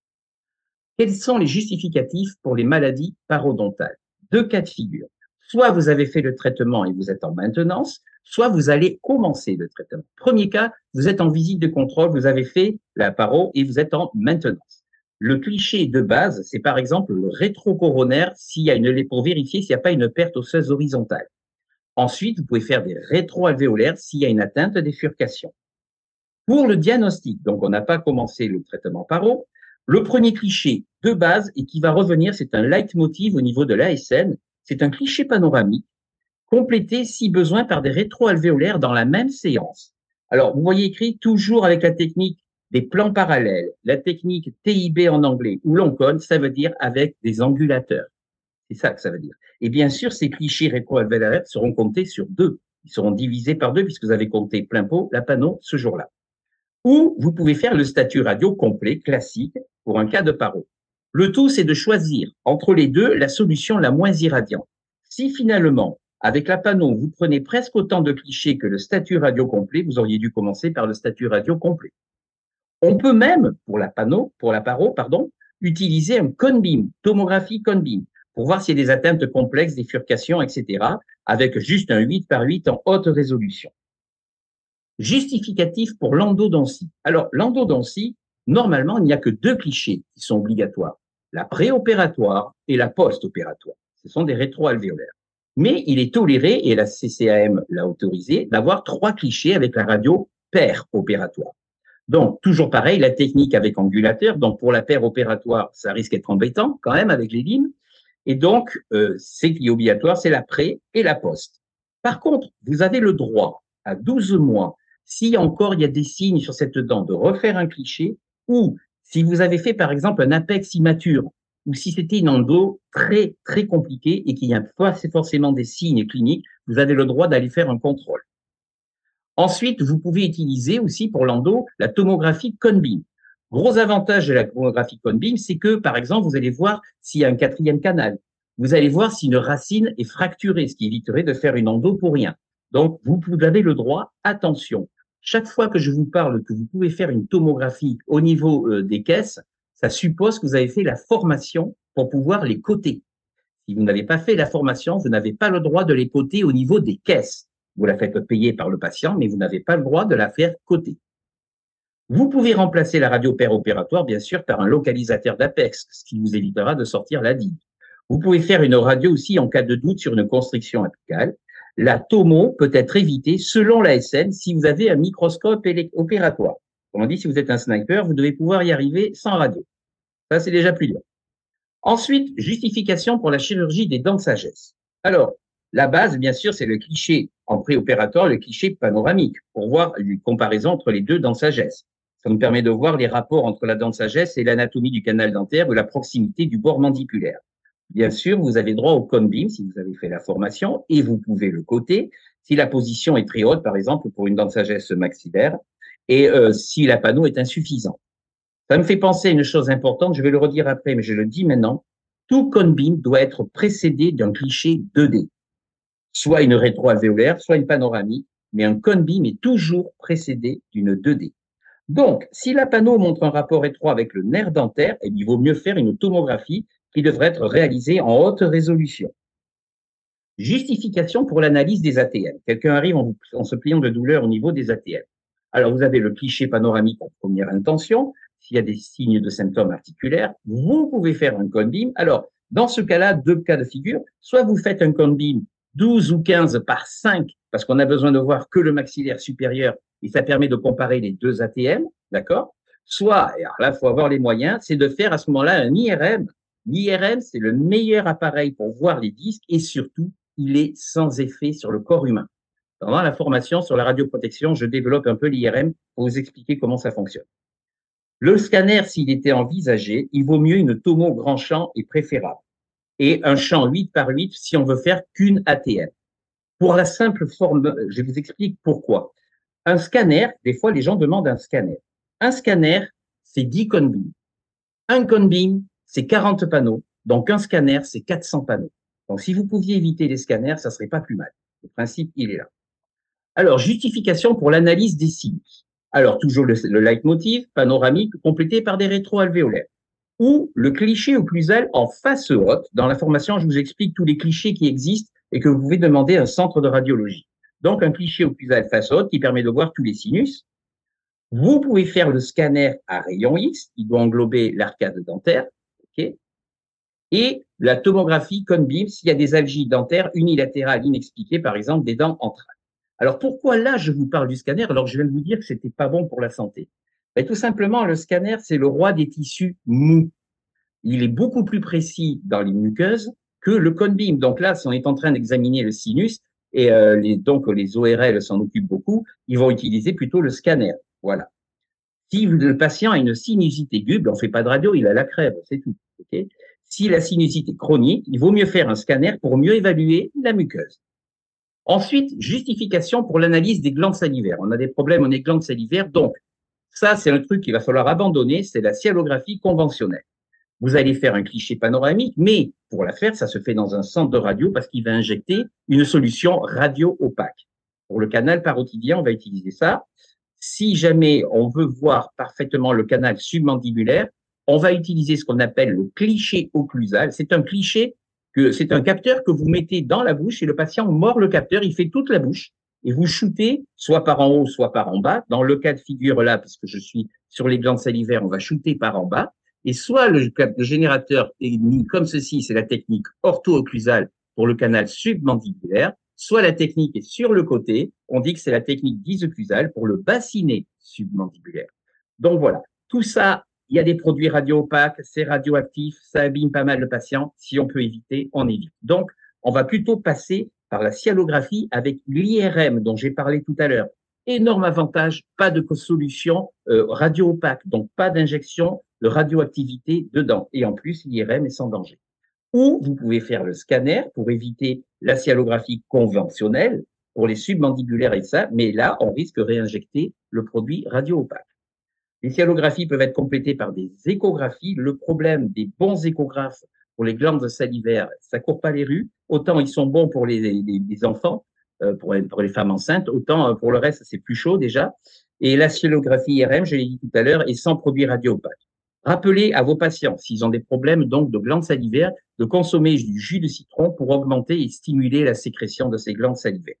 Quels sont les justificatifs pour les maladies parodontales? Deux cas de figure. Soit vous avez fait le traitement et vous êtes en maintenance, soit vous allez commencer le traitement. Premier cas, vous êtes en visite de contrôle, vous avez fait la paro et vous êtes en maintenance. Le cliché de base, c'est par exemple le rétrocoronaire s'il y a une, pour vérifier s'il n'y a pas une perte osseuse horizontale. Ensuite, vous pouvez faire des rétroalvéolaires s'il y a une atteinte des furcations. Pour le diagnostic, donc on n'a pas commencé le traitement paro, le premier cliché de base et qui va revenir, c'est un leitmotiv au niveau de l'A S N, c'est un cliché panoramique complété si besoin par des rétroalvéolaires dans la même séance. Alors, vous voyez écrit toujours avec la technique des plans parallèles, la technique T I B en anglais ou l'Oncon, ça veut dire avec des angulateurs. C'est ça que ça veut dire. Et bien sûr, ces clichés rétroalvéolaires seront comptés sur deux. Ils seront divisés par deux puisque vous avez compté plein pot, la panneau, ce jour-là. Ou vous pouvez faire le statut radio complet, classique, pour un cas de paro. Le tout, c'est de choisir entre les deux la solution la moins irradiante. Si finalement, avec la panneau, vous prenez presque autant de clichés que le statut radio complet, vous auriez dû commencer par le statut radio complet. On peut même, pour la panneau, pour la paro, pardon, utiliser un cone-beam, tomographie cone-beam, pour voir s'il y a des atteintes complexes, des furcations, et cetera, avec juste un huit par huit en haute résolution. Justificatif pour l'endodontie. Alors, l'endodontie, normalement, il n'y a que deux clichés qui sont obligatoires, la préopératoire et la post-opératoire. Ce sont des rétroalvéolaires. Mais il est toléré, et la C C A M l'a autorisé, d'avoir trois clichés avec la radio paire-opératoire. Donc, toujours pareil, la technique avec angulateur. Donc, pour la paire opératoire, ça risque d'être embêtant quand même avec les limes. Et donc, euh, c'est qui est obligatoire, c'est la pré et la poste. Par contre, vous avez le droit, à douze mois, si encore il y a des signes sur cette dent, de refaire un cliché, ou si vous avez fait, par exemple, un apex immature, ou si c'était une endo très, très compliquée et qu'il n'y a pas forcément des signes cliniques, vous avez le droit d'aller faire un contrôle. Ensuite, vous pouvez utiliser aussi pour l'endo la tomographie cone-beam. Gros avantage de la tomographie cone-beam, c'est que, par exemple, vous allez voir s'il y a un quatrième canal. Vous allez voir si une racine est fracturée, ce qui éviterait de faire une endo pour rien. Donc, vous, vous avez le droit, attention, chaque fois que je vous parle que vous pouvez faire une tomographie au niveau euh, des caisses, ça suppose que vous avez fait la formation pour pouvoir les coter. Si vous n'avez pas fait la formation, vous n'avez pas le droit de les coter au niveau des caisses. Vous la faites payer par le patient, mais vous n'avez pas le droit de la faire coter. Vous pouvez remplacer la radio opératoire, bien sûr, par un localisateur d'Apex, ce qui vous évitera de sortir la digue. Vous pouvez faire une radio aussi en cas de doute sur une constriction apicale. La tomo peut être évitée selon l'A S N si vous avez un microscope opératoire. Comme on dit, si vous êtes un sniper, vous devez pouvoir y arriver sans radio. Ça, c'est déjà plus dur. Ensuite, justification pour la chirurgie des dents de sagesse. Alors, la base, bien sûr, c'est le cliché en préopératoire, le cliché panoramique, pour voir une comparaison entre les deux dents de sagesse. Ça nous permet de voir les rapports entre la dent de sagesse et l'anatomie du canal dentaire ou la proximité du bord mandibulaire. Bien sûr, vous avez droit au cone beam si vous avez fait la formation et vous pouvez le coter si la position est très haute, par exemple, pour une dent de sagesse maxillaire, et euh, si la panneau est insuffisant. Ça me fait penser à une chose importante, je vais le redire après, mais je le dis maintenant. Tout cone beam doit être précédé d'un cliché deux D. Soit une rétroalvéolaire, soit une panoramique, mais un cone beam est toujours précédé d'une deux D. Donc, si la panneau montre un rapport étroit avec le nerf dentaire, il vaut mieux faire une tomographie qui devrait être réalisée en haute résolution. Justification pour l'analyse des A T M. Quelqu'un arrive en, en se pliant de douleur au niveau des A T M. Alors, vous avez le cliché panoramique en première intention. S'il y a des signes de symptômes articulaires, vous pouvez faire un cone beam. Alors, dans ce cas-là, deux cas de figure. Soit vous faites un cone beam douze ou quinze par cinq, parce qu'on a besoin de voir que le maxillaire supérieur, et ça permet de comparer les deux A T M, d'accord? Soit, et alors là, il faut avoir les moyens, c'est de faire à ce moment-là un I R M. L'I R M, c'est le meilleur appareil pour voir les disques et surtout, il est sans effet sur le corps humain. Pendant la formation sur la radioprotection, je développe un peu l'I R M pour vous expliquer comment ça fonctionne. Le scanner, s'il était envisagé, il vaut mieux une tomo grand champ et préférable. Et un champ huit par huit si on veut faire qu'une A T M. Pour la simple forme, je vous explique pourquoi. Un scanner, des fois les gens demandent un scanner. Un scanner, c'est dix cone beam. Un cone beam, c'est quarante panneaux. Donc un scanner, c'est quatre cents panneaux. Donc si vous pouviez éviter les scanners, ça serait pas plus mal. Le principe, il est là. Alors, justification pour l'analyse des sinus. Alors, toujours le, le leitmotiv panoramique complété par des rétroalvéolaires. Ou le cliché occlusal en face haute. Dans la formation, je vous explique tous les clichés qui existent et que vous pouvez demander à un centre de radiologie. Donc, un cliché occlusal face haute qui permet de voir tous les sinus. Vous pouvez faire le scanner à rayon X, qui doit englober l'arcade dentaire, okay, et la tomographie cone beam s'il y a des algies dentaires unilatérales inexpliquées, par exemple des dents entrales. Alors, pourquoi là, je vous parle du scanner alors que je viens de vous dire que c'était pas bon pour la santé? Ben, tout simplement, le scanner, c'est le roi des tissus mous. Il est beaucoup plus précis dans les muqueuses que le cone beam. Donc là, si on est en train d'examiner le sinus, et euh, les, donc les O R L s'en occupent beaucoup, ils vont utiliser plutôt le scanner. Voilà. Si le patient a une sinusite aiguë, ben on ne fait pas de radio, il a la crève, c'est tout. Okay, si la sinusite est chronique, il vaut mieux faire un scanner pour mieux évaluer la muqueuse. Ensuite, justification pour l'analyse des glandes salivaires. On a des problèmes aux glandes salivaires, donc ça, c'est un truc qu'il va falloir abandonner, c'est la sialographie conventionnelle. Vous allez faire un cliché panoramique, mais pour la faire, ça se fait dans un centre de radio parce qu'il va injecter une solution radio-opaque. Pour le canal parotidien, on va utiliser ça. Si jamais on veut voir parfaitement le canal submandibulaire, on va utiliser ce qu'on appelle le cliché occlusal. C'est un cliché, que c'est un capteur que vous mettez dans la bouche et le patient mord le capteur, il fait toute la bouche et vous shootez soit par en haut, soit par en bas. Dans le cas de figure là, puisque je suis sur les glandes salivaires, on va shooter par en bas. Et soit le, le générateur est mis comme ceci, c'est la technique ortho-occlusale pour le canal submandibulaire, soit la technique est sur le côté, on dit que c'est la technique disocclusale pour le bassinet submandibulaire. Donc voilà, tout ça, il y a des produits radio-opaques, c'est radioactif, ça abîme pas mal le patient. Si on peut éviter, on évite. Donc, on va plutôt passer par la scialographie avec l'I R M dont j'ai parlé tout à l'heure. Énorme avantage, pas de solution euh, radio-opaque, donc pas d'injection de radioactivité dedans. Et en plus, l'I R M est sans danger. Ou vous pouvez faire le scanner pour éviter la scialographie conventionnelle pour les submandibulaires et ça, mais là, on risque de réinjecter le produit radio-opaque. Les scialographies peuvent être complétées par des échographies. Le problème des bons échographes pour les glandes salivaires, ça ne court pas les rues. Autant ils sont bons pour les, les, les enfants, euh, pour, pour les femmes enceintes, autant pour le reste, c'est plus chaud déjà. Et la scialographie I R M, je l'ai dit tout à l'heure, est sans produit radio-opaque. Rappelez à vos patients, s'ils ont des problèmes donc de glandes salivaires, de consommer du jus de citron pour augmenter et stimuler la sécrétion de ces glandes salivaires.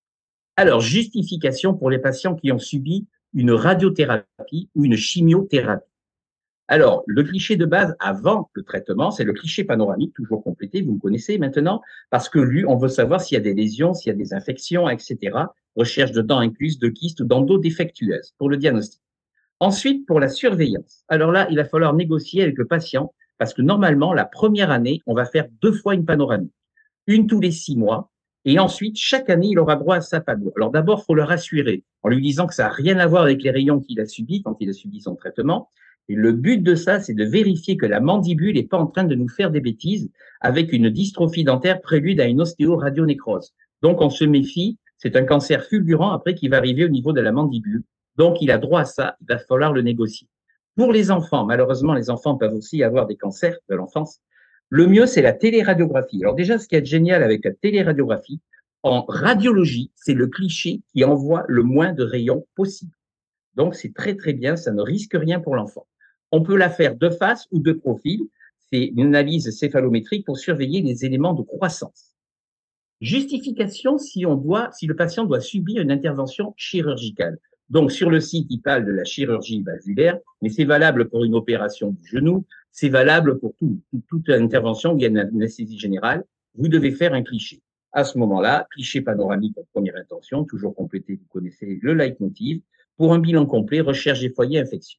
Alors, justification pour les patients qui ont subi une radiothérapie ou une chimiothérapie. Alors, le cliché de base avant le traitement, c'est le cliché panoramique, toujours complété, vous le connaissez maintenant, parce que lui, on veut savoir s'il y a des lésions, s'il y a des infections, et cetera. Recherche de dents incluses, de kystes ou d'endo défectueuses pour le diagnostic. Ensuite, pour la surveillance. Alors là, il va falloir négocier avec le patient, parce que normalement, la première année, on va faire deux fois une panoramique. Une tous les six mois, et ensuite, chaque année, il aura droit à sa pano. Alors d'abord, il faut le rassurer en lui disant que ça n'a rien à voir avec les rayons qu'il a subis quand il a subi son traitement. Et le but de ça, c'est de vérifier que la mandibule n'est pas en train de nous faire des bêtises avec une dystrophie dentaire prélude à une ostéoradionécrose. Donc, on se méfie, c'est un cancer fulgurant après qui va arriver au niveau de la mandibule. Donc, il a droit à ça, il va falloir le négocier. Pour les enfants, malheureusement, les enfants peuvent aussi avoir des cancers de l'enfance. Le mieux, c'est la téléradiographie. Alors déjà, ce qui est génial avec la téléradiographie, en radiologie, c'est le cliché qui envoie le moins de rayons possible. Donc, c'est très, très bien, ça ne risque rien pour l'enfant. On peut la faire de face ou de profil. C'est une analyse céphalométrique pour surveiller les éléments de croissance. Justification si, on doit, si le patient doit subir une intervention chirurgicale. Donc, sur le site, il parle de la chirurgie valvulaire, mais c'est valable pour une opération du genou, c'est valable pour tout, tout, toute intervention où il y a une anesthésie générale. Vous devez faire un cliché. À ce moment-là, cliché panoramique en première intention, toujours complété, vous connaissez le leitmotiv. Pour un bilan complet, recherche des foyers infectieux.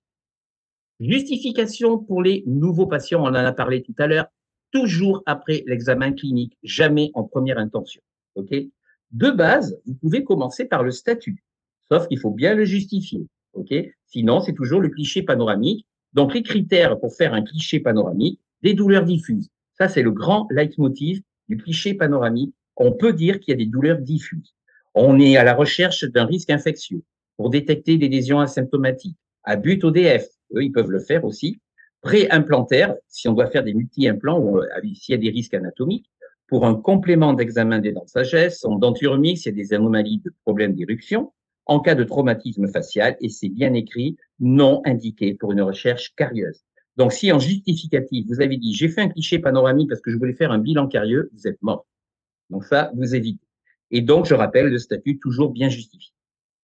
Justification pour les nouveaux patients, on en a parlé tout à l'heure, toujours après l'examen clinique, jamais en première intention. Okay ? De base, vous pouvez commencer par le statut, sauf qu'il faut bien le justifier. Okay ? Sinon, c'est toujours le cliché panoramique. Donc, les critères pour faire un cliché panoramique, des douleurs diffuses. Ça, c'est le grand leitmotiv du cliché panoramique. On peut dire qu'il y a des douleurs diffuses. On est à la recherche d'un risque infectieux pour détecter des lésions asymptomatiques. À but O D F, eux, ils peuvent le faire aussi. Pré-implantaire, si on doit faire des multi-implants ou s'il y a des risques anatomiques. Pour un complément d'examen des dents de sagesse, en denture mixte, il y a des anomalies de problèmes d'éruption. En cas de traumatisme facial, et c'est bien écrit, non indiqué pour une recherche carieuse. Donc, si en justificatif, vous avez dit, j'ai fait un cliché panoramique parce que je voulais faire un bilan carieux, vous êtes mort. Donc ça, vous évitez. Et donc, je rappelle le statut toujours bien justifié.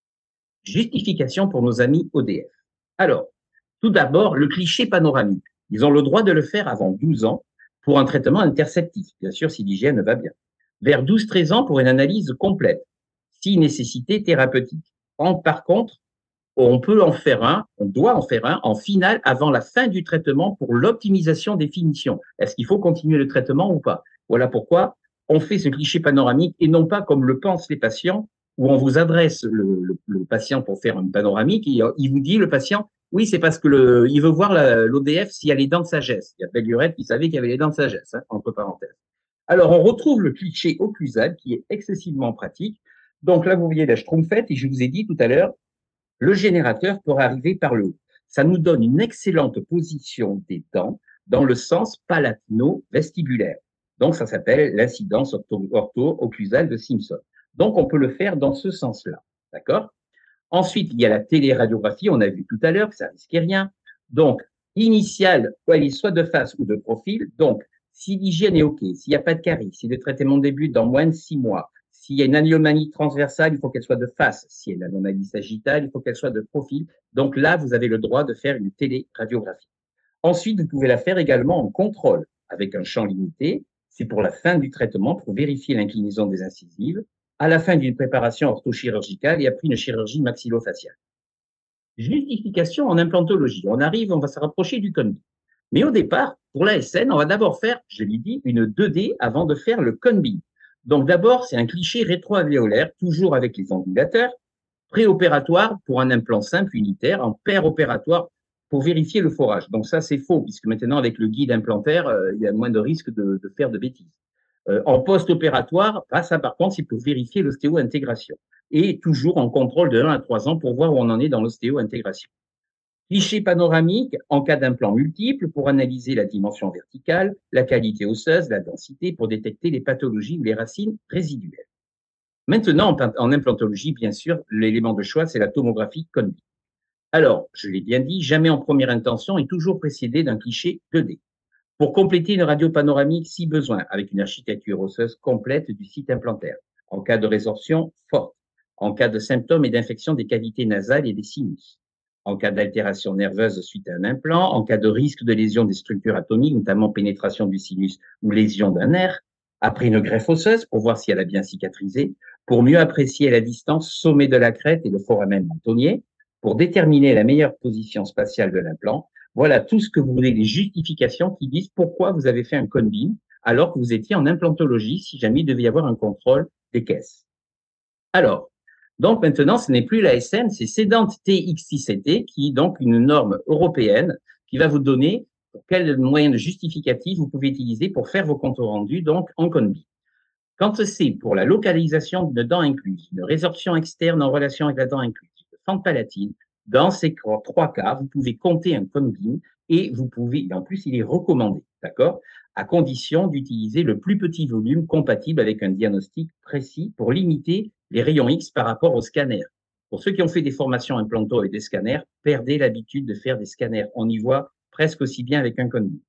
Justification pour nos amis O D F. Alors, tout d'abord, le cliché panoramique. Ils ont le droit de le faire avant douze ans pour un traitement interceptif, bien sûr, si l'hygiène va bien. Vers douze treize ans pour une analyse complète, si nécessité thérapeutique. Par contre, on peut en faire un, on doit en faire un en finale avant la fin du traitement pour l'optimisation des finitions. Est-ce qu'il faut continuer le traitement ou pas? Voilà pourquoi on fait ce cliché panoramique et non pas comme le pensent les patients, où on vous adresse le, le, le patient pour faire une panoramique et il vous dit, le patient, oui, c'est parce que le, il veut voir l'O D F s'il y a les dents de sagesse. Il y a Belle-Lurette qui savait qu'il y avait les dents de sagesse, hein, entre parenthèses. Alors, on retrouve le cliché occlusal qui est excessivement pratique. Donc là, vous voyez la schtroumpfette et je vous ai dit tout à l'heure, le générateur pourra arriver par le haut. Ça nous donne une excellente position des dents dans le sens palatino-vestibulaire. Donc, ça s'appelle l'incidence ortho-occlusale de Simpson. Donc, on peut le faire dans ce sens-là. D'accord? Ensuite, il y a la téléradiographie. On a vu tout à l'heure que ça risquait rien. Donc, initiale, soit de face ou de profil. Donc, si l'hygiène est OK, s'il n'y a pas de carie, si le traitement débute dans moins de six mois, s'il y a une anomalie transversale, il faut qu'elle soit de face. S'il y a une anomalie sagittale, il faut qu'elle soit de profil. Donc là, vous avez le droit de faire une téléradiographie. Ensuite, vous pouvez la faire également en contrôle avec un champ limité. C'est pour la fin du traitement, pour vérifier l'inclinaison des incisives, à la fin d'une préparation orthochirurgicale et après une chirurgie maxillofaciale. Justification en implantologie. On arrive, on va se rapprocher du cone beam. Mais au départ, pour l'A S N, on va d'abord faire, je l'ai dit, une deux D avant de faire le cone beam. Donc d'abord, c'est un cliché rétroalvéolaire, toujours avec les ondulateurs, préopératoire pour un implant simple unitaire, en paire opératoire pour vérifier le forage. Donc ça, c'est faux, puisque maintenant, avec le guide implantaire, euh, il y a moins de risque de, de faire de bêtises. Euh, en post-opératoire, ah, ça, par contre, c'est pour vérifier l'ostéo-intégration. Et toujours en contrôle de un à trois ans pour voir où on en est dans l'ostéo-intégration. Cliché panoramique en cas d'implant multiple pour analyser la dimension verticale, la qualité osseuse, la densité, pour détecter les pathologies ou les racines résiduelles. Maintenant, en implantologie, bien sûr, l'élément de choix, c'est la tomographie cone beam. Alors, je l'ai bien dit, jamais en première intention et toujours précédé d'un cliché deux D. Pour compléter une radio panoramique si besoin, avec une architecture osseuse complète du site implantaire, en cas de résorption forte, en cas de symptômes et d'infection des cavités nasales et des sinus, en cas d'altération nerveuse suite à un implant, en cas de risque de lésion des structures atomiques, notamment pénétration du sinus ou lésion d'un nerf, après une greffe osseuse pour voir si elle a bien cicatrisé, pour mieux apprécier la distance sommet de la crête et le foramen mentonnier, pour déterminer la meilleure position spatiale de l'implant. Voilà tout ce que vous voulez, les justifications qui disent pourquoi vous avez fait un cone beam alors que vous étiez en implantologie si jamais il devait y avoir un contrôle des caisses. Alors, donc maintenant, ce n'est plus l'A S N, c'est Cédant T X six C T qui est donc une norme européenne qui va vous donner pour quel moyen de justificatif vous pouvez utiliser pour faire vos comptes rendus donc en cone beam. Quand c'est pour la localisation d'une dent incluse, une résorption externe en relation avec la dent incluse, de fente palatine, dans ces trois cas, vous pouvez compter un cone beam et vous pouvez, et en plus, il est recommandé, d'accord, à condition d'utiliser le plus petit volume compatible avec un diagnostic précis pour limiter les rayons X par rapport au scanner. Pour ceux qui ont fait des formations implanto avec des scanners, perdez l'habitude de faire des scanners. On y voit presque aussi bien avec un cone beam.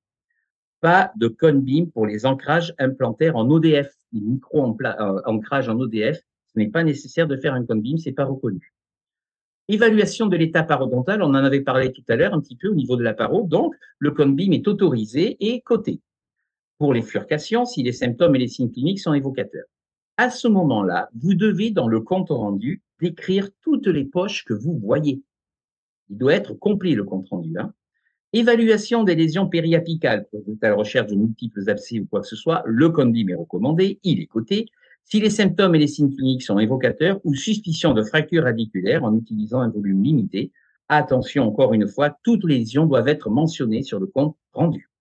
Pas de cone beam pour les ancrages implantaires en O D F, les micro-ancrages en O D F. Ce n'est pas nécessaire de faire un cone beam, ce n'est pas reconnu. Évaluation de l'état parodontal, on en avait parlé tout à l'heure un petit peu au niveau de la paro. Donc, le cone beam est autorisé et coté. Pour les furcations, si les symptômes et les signes cliniques sont évocateurs. À ce moment-là, vous devez, dans le compte rendu, décrire toutes les poches que vous voyez. Il doit être complet, le compte rendu. Hein. Évaluation des lésions périapicales. Pour la recherche de multiples abcès ou quoi que ce soit, le cone beam est recommandé, il est coté. Si les symptômes et les signes cliniques sont évocateurs ou suspicion de fracture radiculaire en utilisant un volume limité, attention encore une fois, toutes les lésions doivent être mentionnées sur le compte rendu.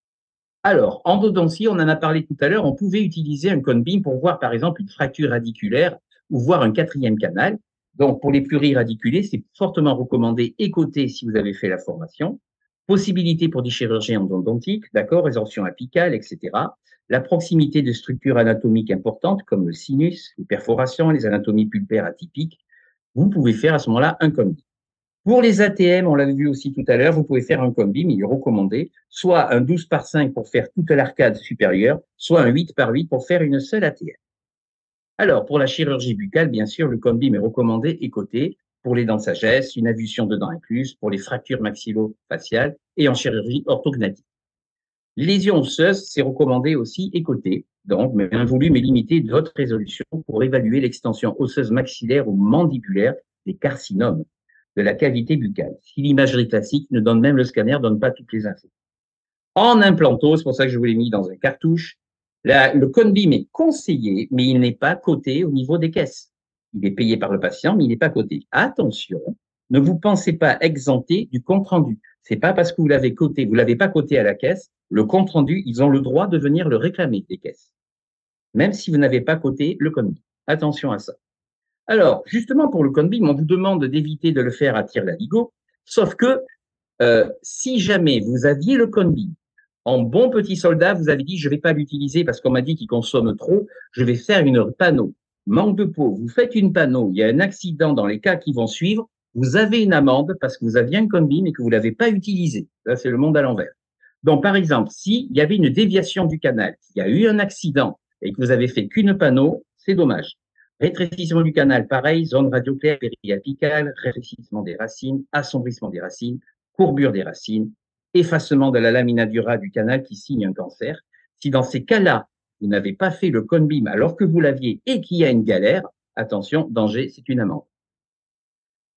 Alors, endodontie, on en a parlé tout à l'heure, on pouvait utiliser un cone beam pour voir par exemple une fracture radiculaire ou voir un quatrième canal. Donc, pour les pluriradiculés, c'est fortement recommandé et coté si vous avez fait la formation. Possibilité pour des chirurgiens endodontiques, d'accord, résorption apicale, et cetera. La proximité de structures anatomiques importantes comme le sinus, les perforations, les anatomies pulpaires atypiques, vous pouvez faire à ce moment-là un cone beam. Pour les A T M, on l'avait vu aussi tout à l'heure, vous pouvez faire un cone beam, il est recommandé, soit un douze par cinq pour faire toute l'arcade supérieure, soit un huit par huit pour faire une seule A T M. Alors, pour la chirurgie buccale, bien sûr, le cone beam est recommandé et coté pour les dents de sagesse, une avulsion de dents incluse, pour les fractures maxillo-faciales et en chirurgie orthognatique. Lésions osseuses, c'est recommandé aussi et coté, donc, mais un volume est limité de haute résolution pour évaluer l'extension osseuse maxillaire ou mandibulaire des carcinomes de la cavité buccale. Si l'imagerie classique ne donne même le scanner, ne donne pas toutes les infos. En implanto, c'est pour ça que je vous l'ai mis dans un cartouche, la, le cone beam est conseillé, mais il n'est pas coté au niveau des caisses. Il est payé par le patient, mais il n'est pas coté. Attention, ne vous pensez pas exempté du compte rendu. C'est pas parce que vous l'avez coté, vous l'avez pas coté à la caisse, le compte rendu, ils ont le droit de venir le réclamer des caisses, même si vous n'avez pas coté le cone beam. Attention à ça. Alors, justement, pour le cone beam, on vous demande d'éviter de le faire à tire-larigot, sauf que euh, si jamais vous aviez le cone beam, en bon petit soldat, vous avez dit, je ne vais pas l'utiliser parce qu'on m'a dit qu'il consomme trop, je vais faire une panneau. Manque de peau, vous faites une panneau, il y a un accident dans les cas qui vont suivre, vous avez une amende parce que vous aviez un cone beam et que vous ne l'avez pas utilisé. Là, c'est le monde à l'envers. Donc, par exemple, s'il y avait une déviation du canal, qu'il y a eu un accident et que vous avez fait qu'une panneau, c'est dommage. Rétrécissement du canal, pareil, zone radioclaire périapicale, rétrécissement des racines, assombrissement des racines, courbure des racines, effacement de la lamina dura du canal qui signe un cancer. Si dans ces cas-là, vous n'avez pas fait le cone beam alors que vous l'aviez et qu'il y a une galère, attention, danger, c'est une amende.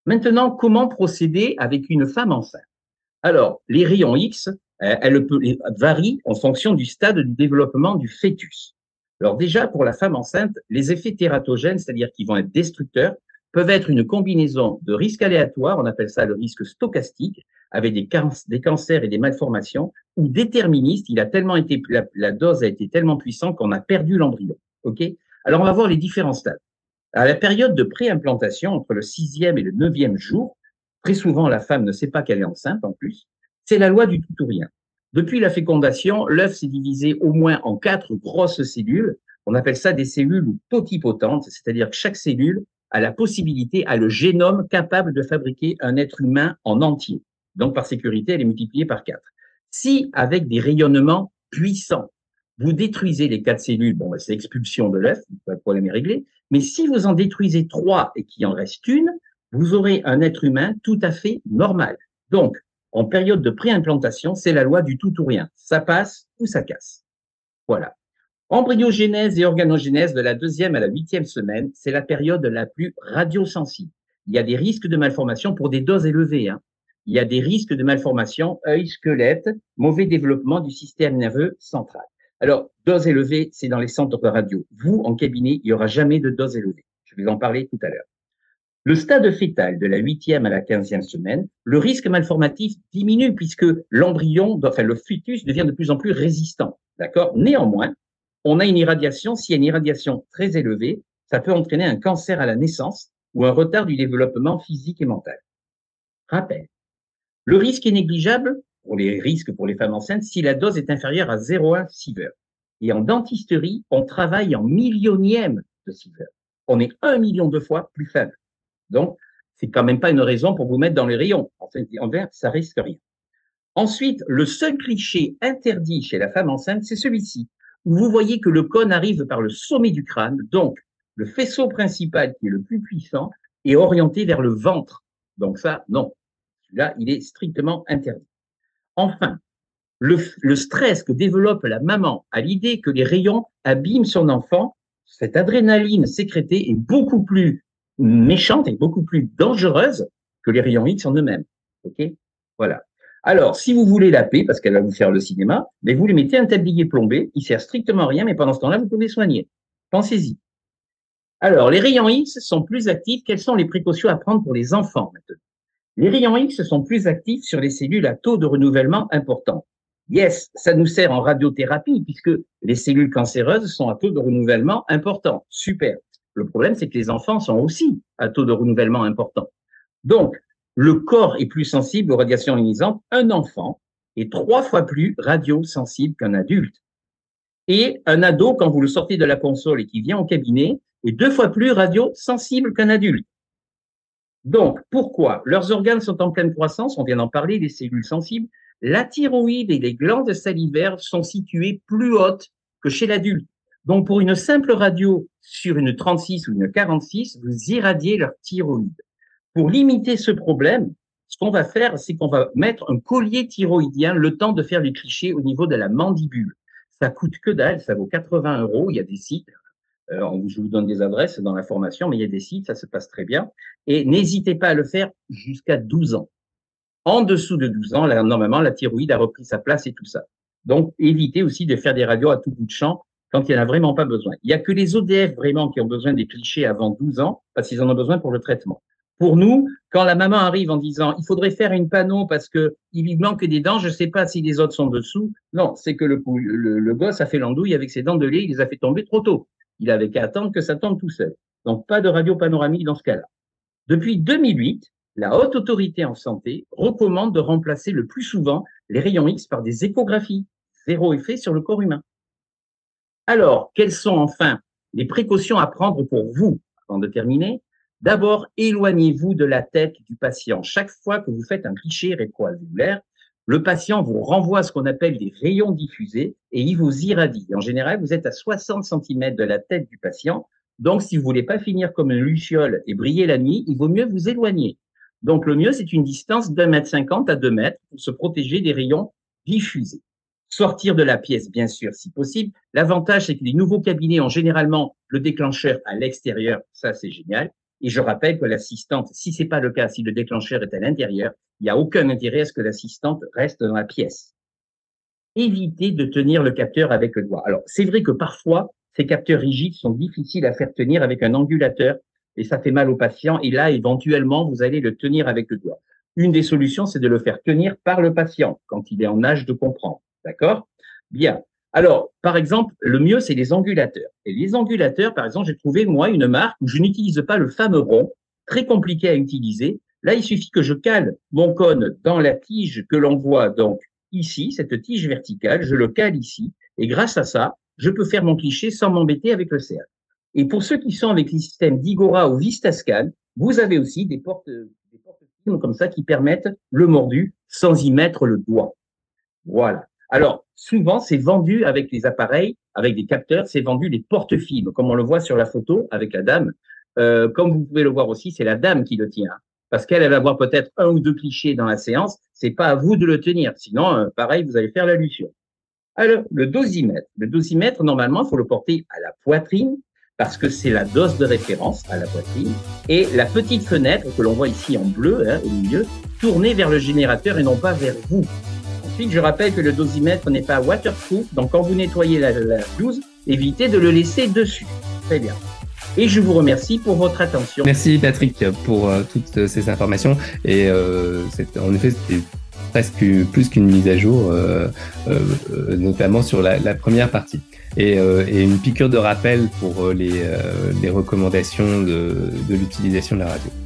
Maintenant, comment procéder avec une femme enceinte? Alors, les rayons X, euh, elles peut- varient en fonction du stade du développement du fœtus. Alors déjà, pour la femme enceinte, les effets tératogènes, c'est-à-dire qui vont être destructeurs, peuvent être une combinaison de risques aléatoires, on appelle ça le risque stochastique, avec des, can des cancers et des malformations, ou déterministes, il a tellement été, la, la dose a été tellement puissante qu'on a perdu l'embryon. Ok. Alors, on va voir les différents stades. À la période de préimplantation, entre le sixième et le neuvième jour, très souvent la femme ne sait pas qu'elle est enceinte en plus, c'est la loi du tout ou rien. Depuis la fécondation, l'œuf s'est divisé au moins en quatre grosses cellules. On appelle ça des cellules totipotentes, c'est-à-dire que chaque cellule a la possibilité, a le génome capable de fabriquer un être humain en entier. Donc, par sécurité, elle est multipliée par quatre. Si, avec des rayonnements puissants, vous détruisez les quatre cellules, bon, c'est expulsion de l'œuf, le problème est réglé. Mais si vous en détruisez trois et qu'il en reste une, vous aurez un être humain tout à fait normal. Donc, en période de préimplantation, c'est la loi du tout ou rien. Ça passe ou ça casse. Voilà. Embryogénèse et organogénèse de la deuxième à la huitième semaine, c'est la période la plus radiosensible. Il y a des risques de malformation pour des doses élevées. Hein. Il y a des risques de malformation œil, squelette, mauvais développement du système nerveux central. Alors, dose élevée, c'est dans les centres radio. Vous, en cabinet, il n'y aura jamais de dose élevée. Je vais en parler tout à l'heure. Le stade fœtal de la huitième à la quinzième semaine, le risque malformatif diminue puisque l'embryon, enfin le fœtus devient de plus en plus résistant. D'accord? Néanmoins, on a une irradiation. S'il y a une irradiation très élevée, ça peut entraîner un cancer à la naissance ou un retard du développement physique et mental. Rappel. Le risque est négligeable pour les risques pour les femmes enceintes si la dose est inférieure à zéro virgule un sievert. Et en dentisterie, on travaille en millionième de sievert. On est un million de fois plus faible. Donc, c'est quand même pas une raison pour vous mettre dans les rayons. En fait, en vert, ça risque rien. Ensuite, le seul cliché interdit chez la femme enceinte, c'est celui-ci, où vous voyez que le cône arrive par le sommet du crâne, donc le faisceau principal qui est le plus puissant est orienté vers le ventre. Donc ça, non. Celui-là, il est strictement interdit. Enfin, le, le stress que développe la maman à l'idée que les rayons abîment son enfant, cette adrénaline sécrétée est beaucoup plus méchante et beaucoup plus dangereuse que les rayons X en eux-mêmes. Ok? Voilà. Alors, si vous voulez la paix, parce qu'elle va vous faire le cinéma, mais vous lui mettez un tablier plombé, il sert strictement à rien, mais pendant ce temps-là, vous pouvez soigner. Pensez-y. Alors, les rayons X sont plus actifs. Quelles sont les précautions à prendre pour les enfants maintenant? Les rayons X sont plus actifs sur les cellules à taux de renouvellement important. Yes, ça nous sert en radiothérapie puisque les cellules cancéreuses sont à taux de renouvellement important. Super. Le problème, c'est que les enfants sont aussi à taux de renouvellement important. Donc, le corps est plus sensible aux radiations ionisantes. Un enfant est trois fois plus radiosensible qu'un adulte. Et un ado, quand vous le sortez de la console et qui vient au cabinet, est deux fois plus radiosensible qu'un adulte. Donc, pourquoi? Leurs organes sont en pleine croissance, on vient d'en parler, les cellules sensibles. La thyroïde et les glandes salivaires sont situées plus hautes que chez l'adulte. Donc, pour une simple radio sur une trente-six ou une quarante-six, vous irradiez leur thyroïde. Pour limiter ce problème, ce qu'on va faire, c'est qu'on va mettre un collier thyroïdien le temps de faire les clichés au niveau de la mandibule. Ça coûte que dalle, ça vaut quatre-vingts euros, il y a des sites. Euh, je vous donne des adresses dans la formation, mais il y a des sites, ça se passe très bien. Et n'hésitez pas à le faire jusqu'à douze ans. En dessous de douze ans, là, normalement, la thyroïde a repris sa place et tout ça. Donc, évitez aussi de faire des radios à tout bout de champ quand il n'y en a vraiment pas besoin. Il n'y a que les O D F vraiment qui ont besoin des clichés avant douze ans parce qu'ils en ont besoin pour le traitement. Pour nous, quand la maman arrive en disant « il faudrait faire une panneau parce qu'il lui manque des dents, je ne sais pas si les autres sont dessous », non, c'est que le, le, le gosse a fait l'andouille avec ses dents de lait, il les a fait tomber trop tôt. Il avait qu'à attendre que ça tombe tout seul. Donc, pas de radio panoramique dans ce cas-là. Depuis deux mille huit, la Haute Autorité en Santé recommande de remplacer le plus souvent les rayons X par des échographies. Zéro effet sur le corps humain. Alors, quelles sont enfin les précautions à prendre pour vous, avant de terminer? D'abord, éloignez-vous de la tête du patient. Chaque fois que vous faites un cliché rétroalvéolaire, le patient vous renvoie ce qu'on appelle des rayons diffusés et il vous irradie. En général, vous êtes à soixante centimètres de la tête du patient. Donc, si vous voulez pas finir comme une luciole et briller la nuit, il vaut mieux vous éloigner. Donc, le mieux, c'est une distance d'un mètre cinquante à deux mètres pour se protéger des rayons diffusés. Sortir de la pièce, bien sûr, si possible. L'avantage, c'est que les nouveaux cabinets ont généralement le déclencheur à l'extérieur. Ça, c'est génial. Et je rappelle que l'assistante, si ce n'est pas le cas, si le déclencheur est à l'intérieur, il n'y a aucun intérêt à ce que l'assistante reste dans la pièce. Évitez de tenir le capteur avec le doigt. Alors, c'est vrai que parfois, ces capteurs rigides sont difficiles à faire tenir avec un angulateur et ça fait mal au patient. Et là, éventuellement, vous allez le tenir avec le doigt. Une des solutions, c'est de le faire tenir par le patient quand il est en âge de comprendre. D'accord? Bien. Alors, par exemple, le mieux, c'est les angulateurs. Et les angulateurs, par exemple, j'ai trouvé, moi, une marque où je n'utilise pas le fameux rond, très compliqué à utiliser. Là, il suffit que je cale mon cône dans la tige que l'on voit donc ici, cette tige verticale, je le cale ici, et grâce à ça, je peux faire mon cliché sans m'embêter avec le cercle. Et pour ceux qui sont avec les systèmes Digora ou Vistascan, vous avez aussi des portes, des portes films comme ça qui permettent le mordu sans y mettre le doigt. Voilà. Alors, souvent, c'est vendu avec les appareils, avec des capteurs, c'est vendu les porte-films, comme on le voit sur la photo avec la dame. Euh, comme vous pouvez le voir aussi, c'est la dame qui le tient. Parce qu'elle elle va avoir peut-être un ou deux clichés dans la séance, c'est pas à vous de le tenir. Sinon, euh, pareil, vous allez faire l'allusion. Alors, le dosimètre. Le dosimètre, normalement, il faut le porter à la poitrine, parce que c'est la dose de référence à la poitrine. Et la petite fenêtre que l'on voit ici en bleu, hein, au milieu, tournée vers le générateur et non pas vers vous. Ensuite, je rappelle que le dosimètre n'est pas waterproof, donc quand vous nettoyez la, la blouse, évitez de le laisser dessus. Très bien. Et je vous remercie pour votre attention. Merci Patrick pour euh, toutes ces informations. Et euh, en effet, c'était presque plus qu'une mise à jour, euh, euh, notamment sur la, la première partie. Et, euh, et une piqûre de rappel pour les, euh, les recommandations de, de l'utilisation de la radio.